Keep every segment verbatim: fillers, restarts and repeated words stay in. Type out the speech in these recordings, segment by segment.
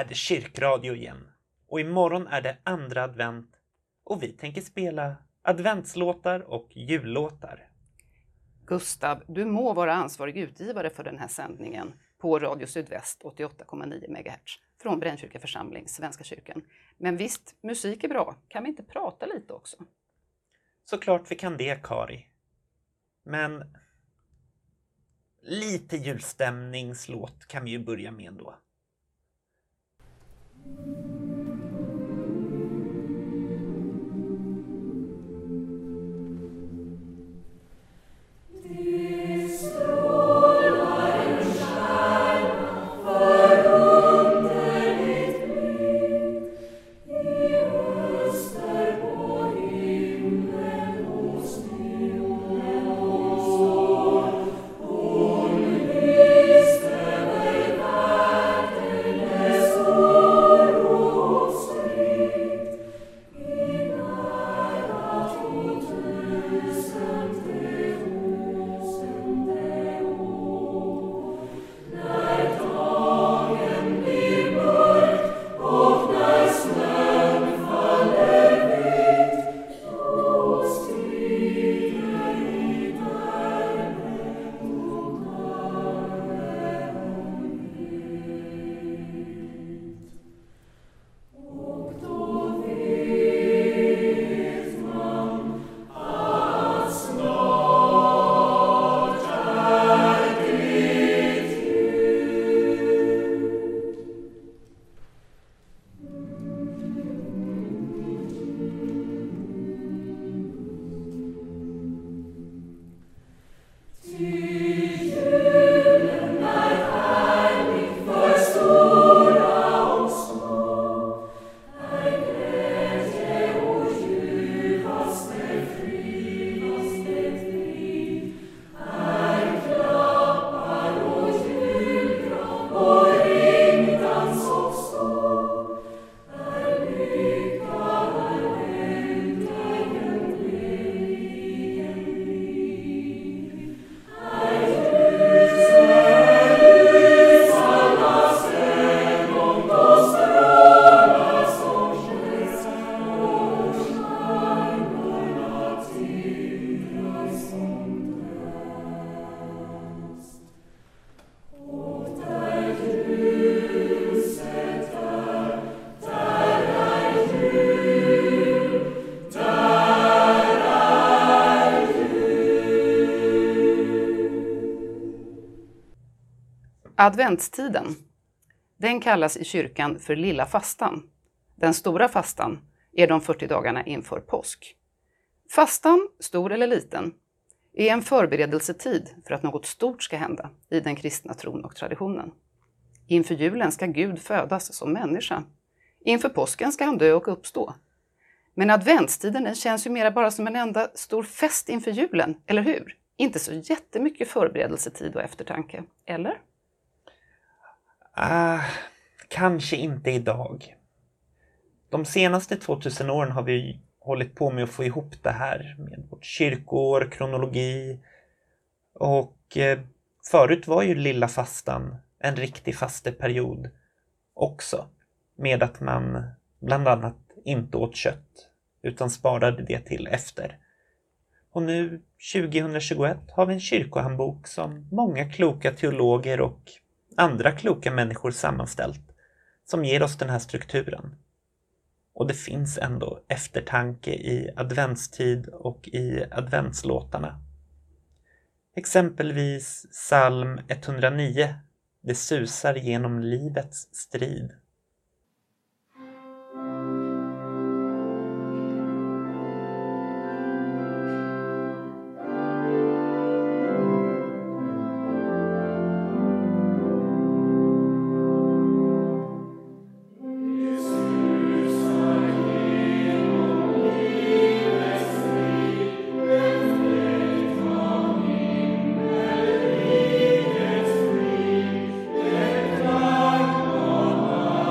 är det kyrkradio igen. Och imorgon är det andra advent. Och vi tänker spela adventslåtar och jullåtar. Gustav, du må vara ansvarig utgivare för den här sändningen på Radio Sydväst åttioåtta komma nio megahertz från Brännkyrka församling, Svenska kyrkan. Men visst, musik är bra. Kan vi inte prata lite också? Såklart vi kan det, Kari. Men lite julstämningslåt kan vi ju börja med ändå. Adventstiden, den kallas i kyrkan för lilla fastan. Den stora fastan är de fyrtio dagarna inför påsk. Fastan, stor eller liten, är en förberedelsetid för att något stort ska hända i den kristna tron och traditionen. Inför julen ska Gud födas som människa. Inför påsken ska han dö och uppstå. Men adventstiden den känns ju mera bara som en enda stor fest inför julen, eller hur? Inte så jättemycket förberedelsetid och eftertanke, eller? Uh, kanske inte idag. De senaste tvåtusen åren har vi hållit på med att få ihop det här med vårt kyrkoår, kronologi och eh, förut var ju lilla fastan en riktig fasteperiod också, med att man bland annat inte åt kött utan sparade det till efter. Och nu tjugohundratjugoett har vi en kyrkohandbok som många kloka teologer och andra kloka människor sammanställt som ger oss den här strukturen. Och det finns ändå eftertanke i adventstid och i adventslåtarna. Exempelvis psalm etthundranio, det susar genom livets strid. Thank you.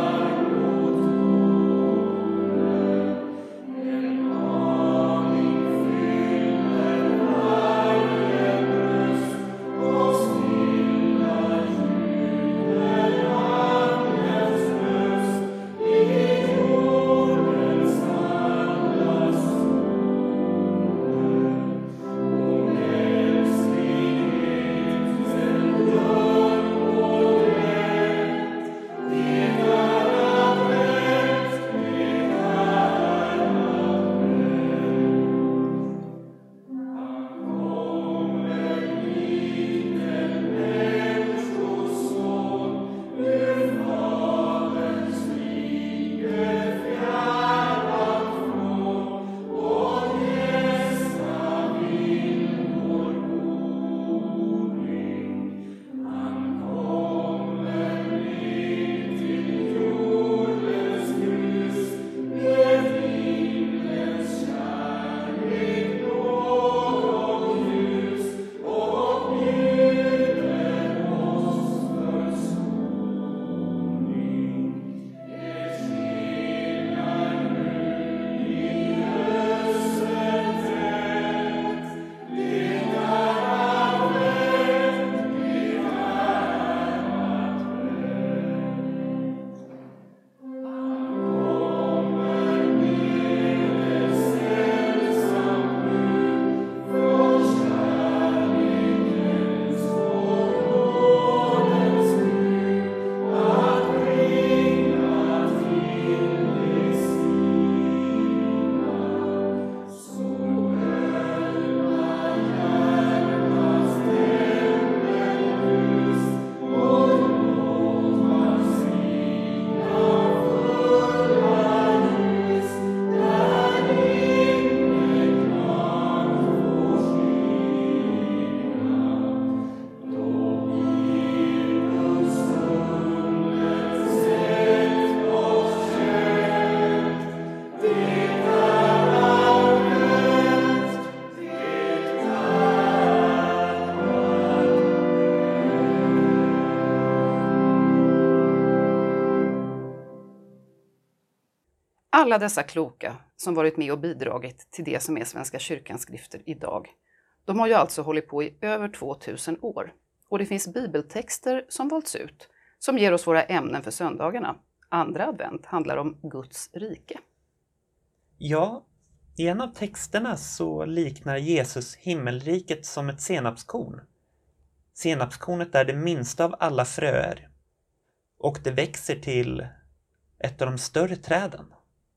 Alla dessa kloka som varit med och bidragit till det som är Svenska kyrkans skrifter idag, de har ju alltså hållit på i över tvåtusen år. Och det finns bibeltexter som valts ut, som ger oss våra ämnen för söndagarna. Andra advent handlar om Guds rike. Ja, i en av texterna så liknar Jesus himmelriket som ett senapskorn. Senapskornet är det minsta av alla fröer och det växer till ett av de större träden.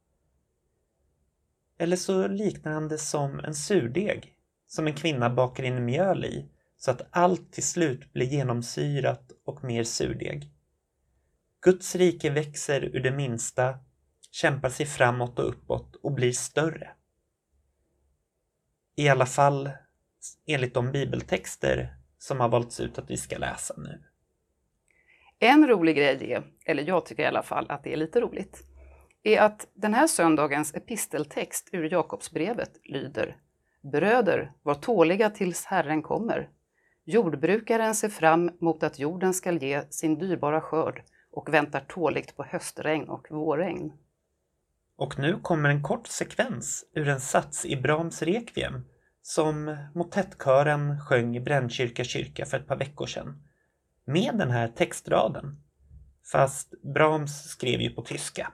Eller så liknar han det som en surdeg som en kvinna bakar in mjöl i så att allt till slut blir genomsyrat och mer surdeg. Guds rike växer ur det minsta, kämpar sig framåt och uppåt och blir större. I alla fall enligt de bibeltexter som har valts ut att vi ska läsa nu. En rolig grej är, eller jag tycker i alla fall att det är lite roligt, är att den här söndagens episteltext ur Jakobsbrevet lyder: Bröder, var tåliga tills Herren kommer. Jordbrukaren ser fram mot att jorden ska ge sin dyrbara skörd och väntar tåligt på höstregn och vårregn. Och nu kommer en kort sekvens ur en sats i Brahms Requiem som motettkören sjöng i Brännkyrka kyrka för ett par veckor sedan. Med den här textraden. Fast Brahms skrev ju på tyska.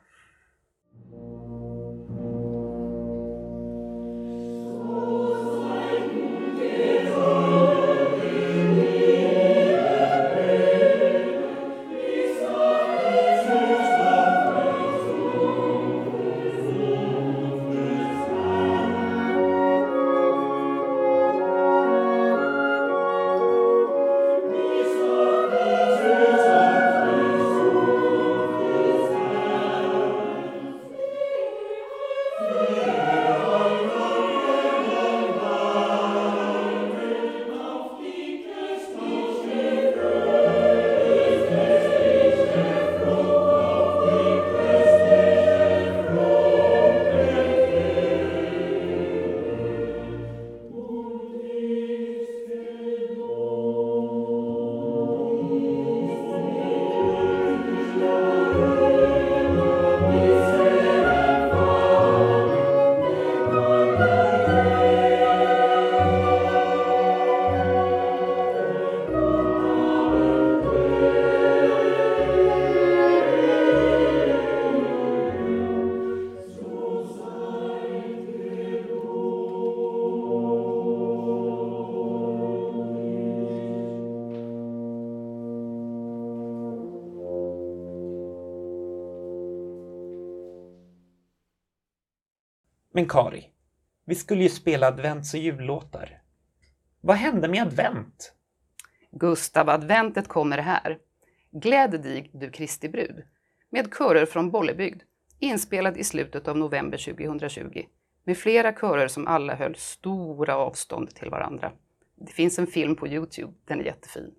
Men Kari, vi skulle ju spela advents- och jullåtar. Vad hände med advent? Gustav, adventet kommer här. Gläd dig, du Kristi brud. Med körer från Bollebygd, inspelad i slutet av november tjugohundratjugo. Med flera körer som alla höll stora avstånd till varandra. Det finns en film på YouTube, den är jättefin.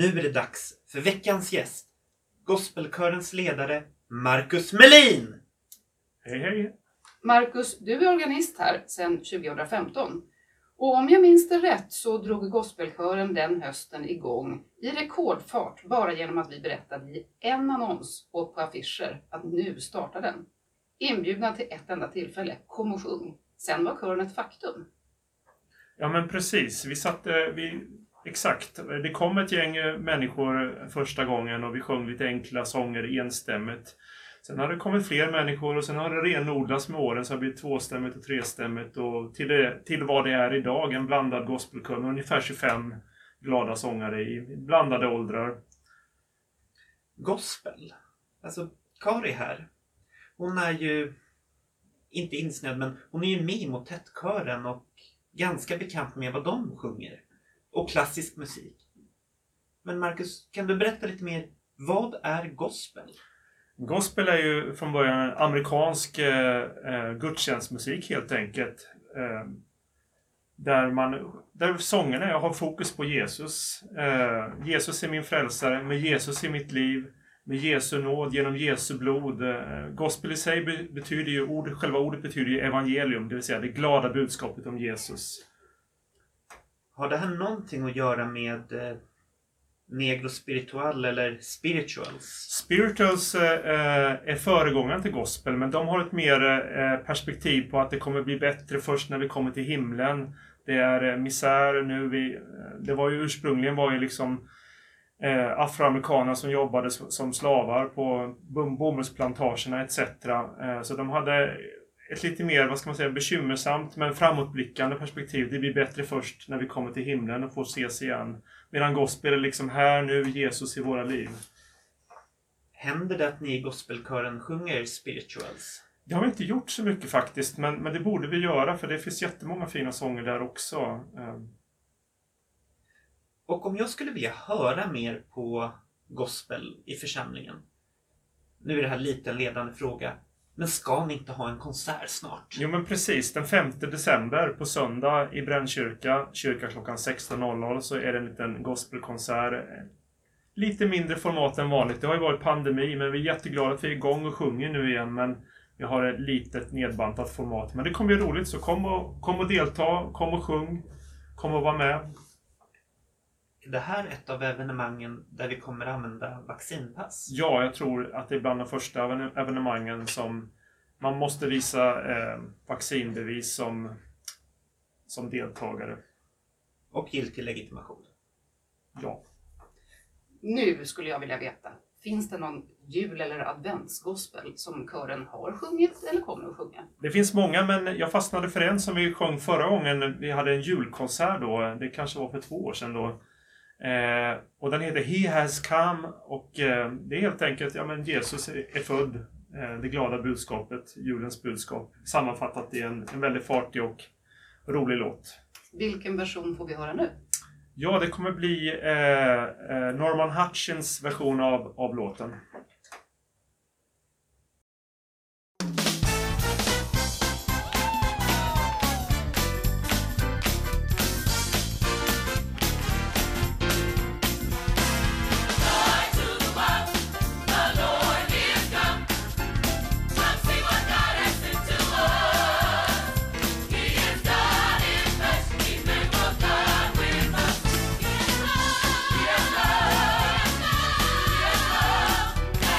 nu är det dags för veckans gäst. Gospelkörens ledare Marcus Melin. Hej hej. Marcus, du är organist här sedan tjugohundrafemton. Och om jag minns det rätt så drog gospelkören den hösten igång i rekordfart bara genom att vi berättade i en annons och på affischer att nu startar den. Inbjudna till ett enda tillfälle, kom och sjung. Sen var kören ett faktum. Ja men precis, vi satte, vi, exakt, det kom ett gäng människor första gången och vi sjöng lite enkla sånger enstämmigt. Sen har det kommit fler människor och sen har det renodlats med åren så har det blivit tvåstämmigt och trestämmigt och till, det, till vad det är idag, en blandad gospelkör med ungefär tjugofem glada sångare i blandade åldrar. Gospel, alltså Kari här, hon är ju inte insnödd men hon är ju med i motettkören och ganska bekant med vad de sjunger och klassisk musik. Men Marcus, kan du berätta lite mer, vad är gospel? Gospel är ju från början amerikansk eh, gudstjänstmusik helt enkelt. Eh, där, man, där sångerna har fokus på Jesus. Eh, Jesus är min frälsare, med Jesus i mitt liv, med Jesu nåd, genom Jesu blod. Eh, gospel i sig betyder ju, ord, själva ordet betyder ju evangelium, det vill säga det glada budskapet om Jesus. Har det här någonting att göra med eh, negro spiritual eller spirituals? Spirituals eh, är föregångaren till gospel, men de har ett mer eh, perspektiv på att det kommer bli bättre först när vi kommer till himlen. Det är eh, misär nu. Vi, det var ju ursprungligen var ju liksom eh, afroamerikaner som jobbade som slavar på bomullsplantagerna et cetera. Eh, så de hade ett lite mer, vad ska man säga, bekymmersamt men framåtblickande perspektiv. Det blir bättre först när vi kommer till himlen och får ses igen. Medan gospel är liksom här nu, Jesus i våra liv. Händer det att ni i gospelkören sjunger spirituals? Det har vi inte gjort så mycket faktiskt, men, men det borde vi göra för det finns jättemånga fina sånger där också. Och om jag skulle vilja höra mer på gospel i församlingen, nu är det här lite en ledande fråga, men ska ni inte ha en konsert snart? Jo men precis, den femte december på söndag i Brännkyrka, kyrka klockan sexton noll noll, så är det en liten gospelkonsert. Lite mindre format än vanligt, det har ju varit pandemi men vi är jätteglada att vi är igång och sjunger nu igen, men vi har ett litet nedbantat format. Men det kommer bli roligt, så kom och, kom och delta, kom och sjung, kom och vara med. Är det här ett av evenemangen där vi kommer använda vaccinpass? Ja, jag tror att det är bland de första evenemangen som man måste visa eh, vaccinbevis som, som deltagare. Och giltig legitimation? Ja. Nu skulle jag vilja veta, finns det någon jul- eller adventsgospel som kören har sjungit eller kommer att sjunga? Det finns många, men jag fastnade för en som vi sjöng förra gången. Vi hade en julkonsert då, det kanske var för två år sedan då. Eh, och den heter He Has Come och eh, det är helt enkelt, ja men Jesus är, är född, eh, det glada budskapet, julens budskap, sammanfattat i en, en väldigt fartig och rolig låt. Vilken version får vi höra nu? Ja, det kommer bli eh, eh, Norman Hutchins version av, av låten. He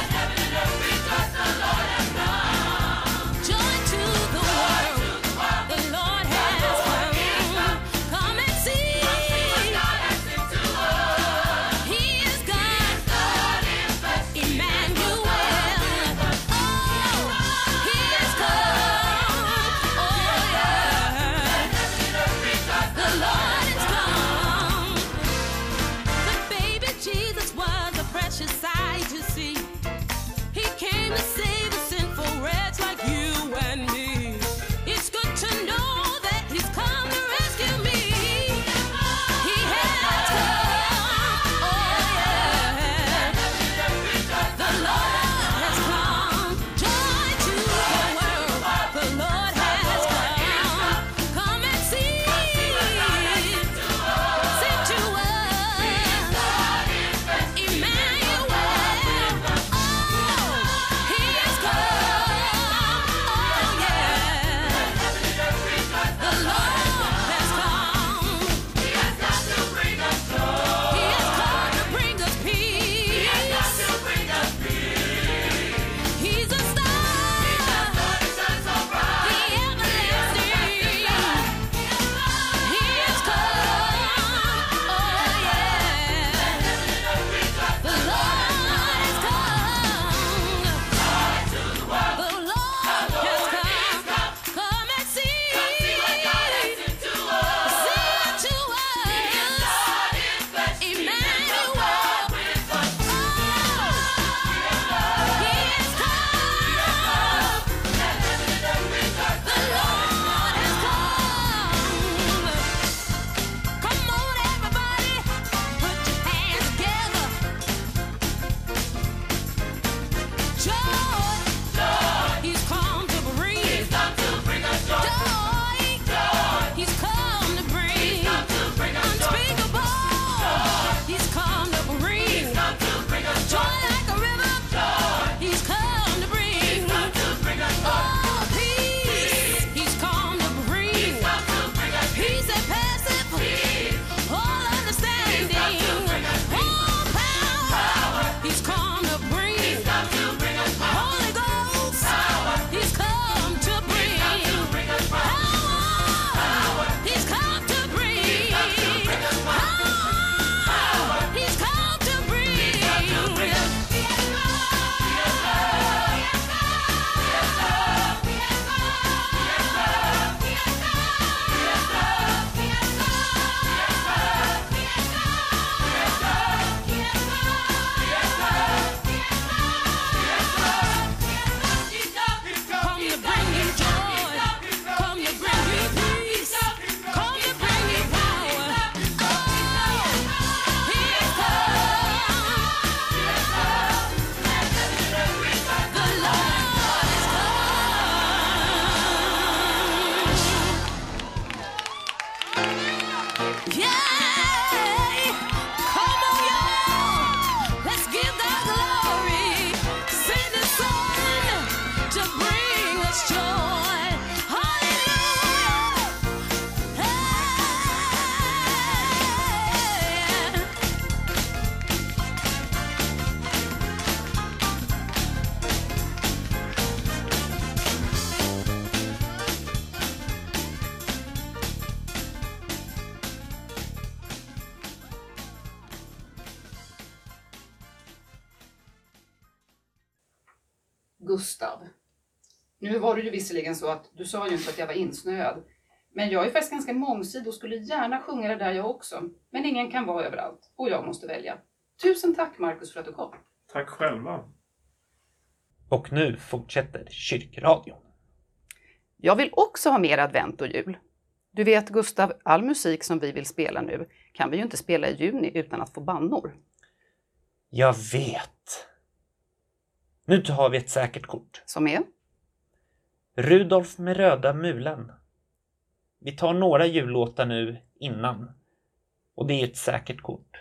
Gustav. Nu var det ju visserligen så att du sa ju inte att jag var insnöad. Men jag är faktiskt ganska mångsidig och skulle gärna sjunga det där jag också. Men ingen kan vara överallt och jag måste välja. Tusen tack Marcus för att du kom. Tack själva. Och nu fortsätter Kyrkradion. Jag vill också ha mer advent och jul. Du vet Gustav, all musik som vi vill spela nu kan vi ju inte spela i juni utan att få bannor. Jag vet. Nu tar vi ett säkert kort. Som är? Rudolf med röda mulen. Vi tar några jullåtar nu innan. Och det är ett säkert kort.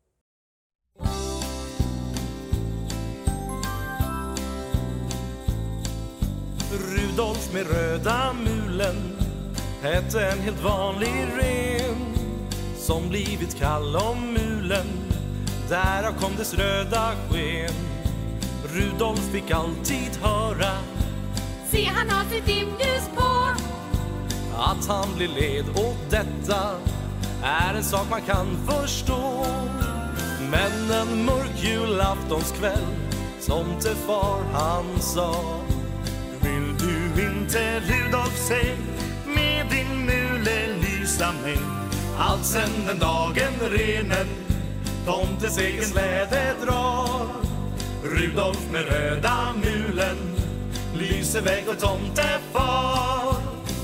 Rudolf med röda mulen hette en helt vanlig ren som blivit kall om mulen, därav kom dess röda sken. Rudolf fick alltid höra, se han har sitt dimljus på, att han blir led åt detta är en sak man kan förstå. Men en mörk julaftonskväll som till far han sa, vill du inte Rudolf säg med din mule lysa mig, allt sen den dagen renen tomtens egen släde drar. Rudolf med röda mulen lyser väg och tomtefar.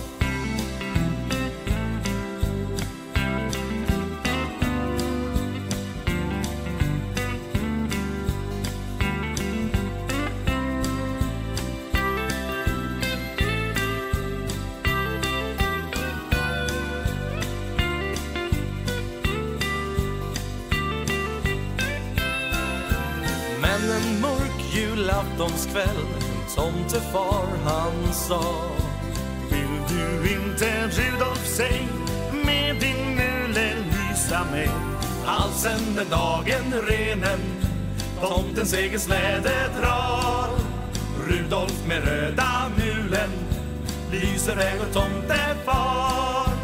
Men en mörk julaftonskväll tomtefar han sa, vill du inte Rudolf säg med din mule lysa mig, allt sen den dagen renen tomtens egen släde drar. Rudolf med röda mulen lyser väg och tomtefar.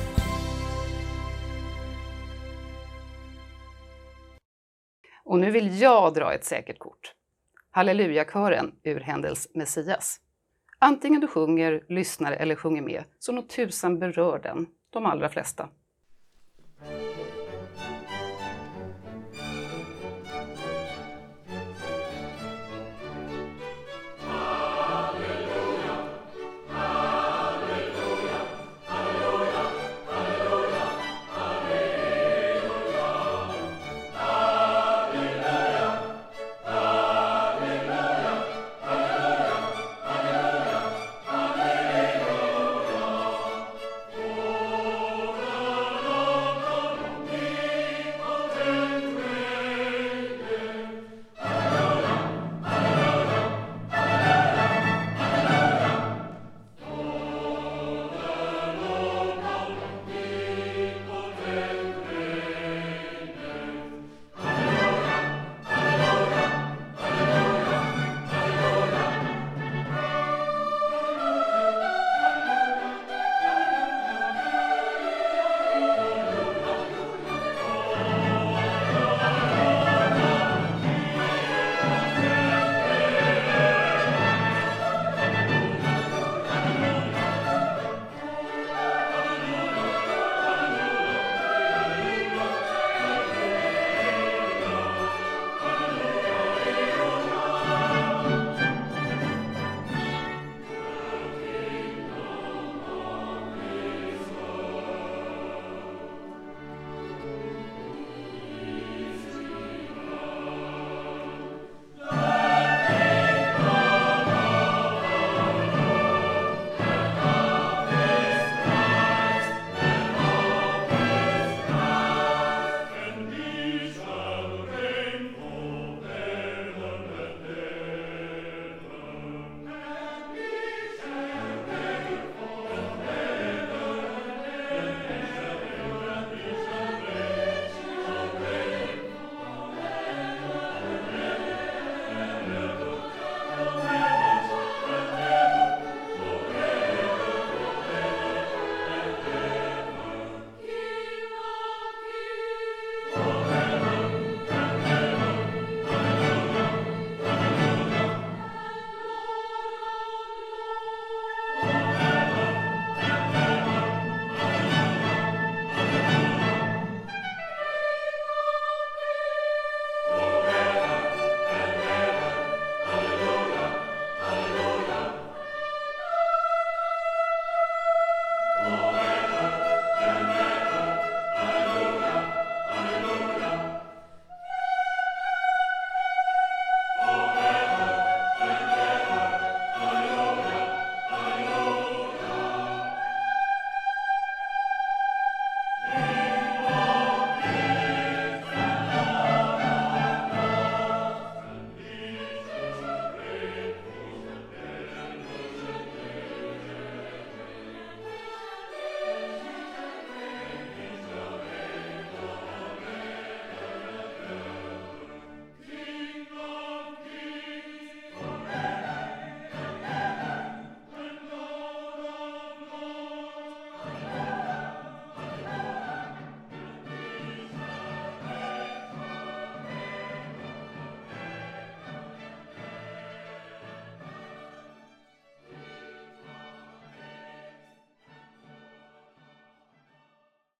Och nu vill jag dra ett säkert kort. Hallelujakören ur Händels Messias. Antingen du sjunger, lyssnar eller sjunger med, så nog tusan berör den, de allra flesta.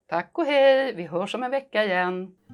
Tack och hej, vi hörs om en vecka igen.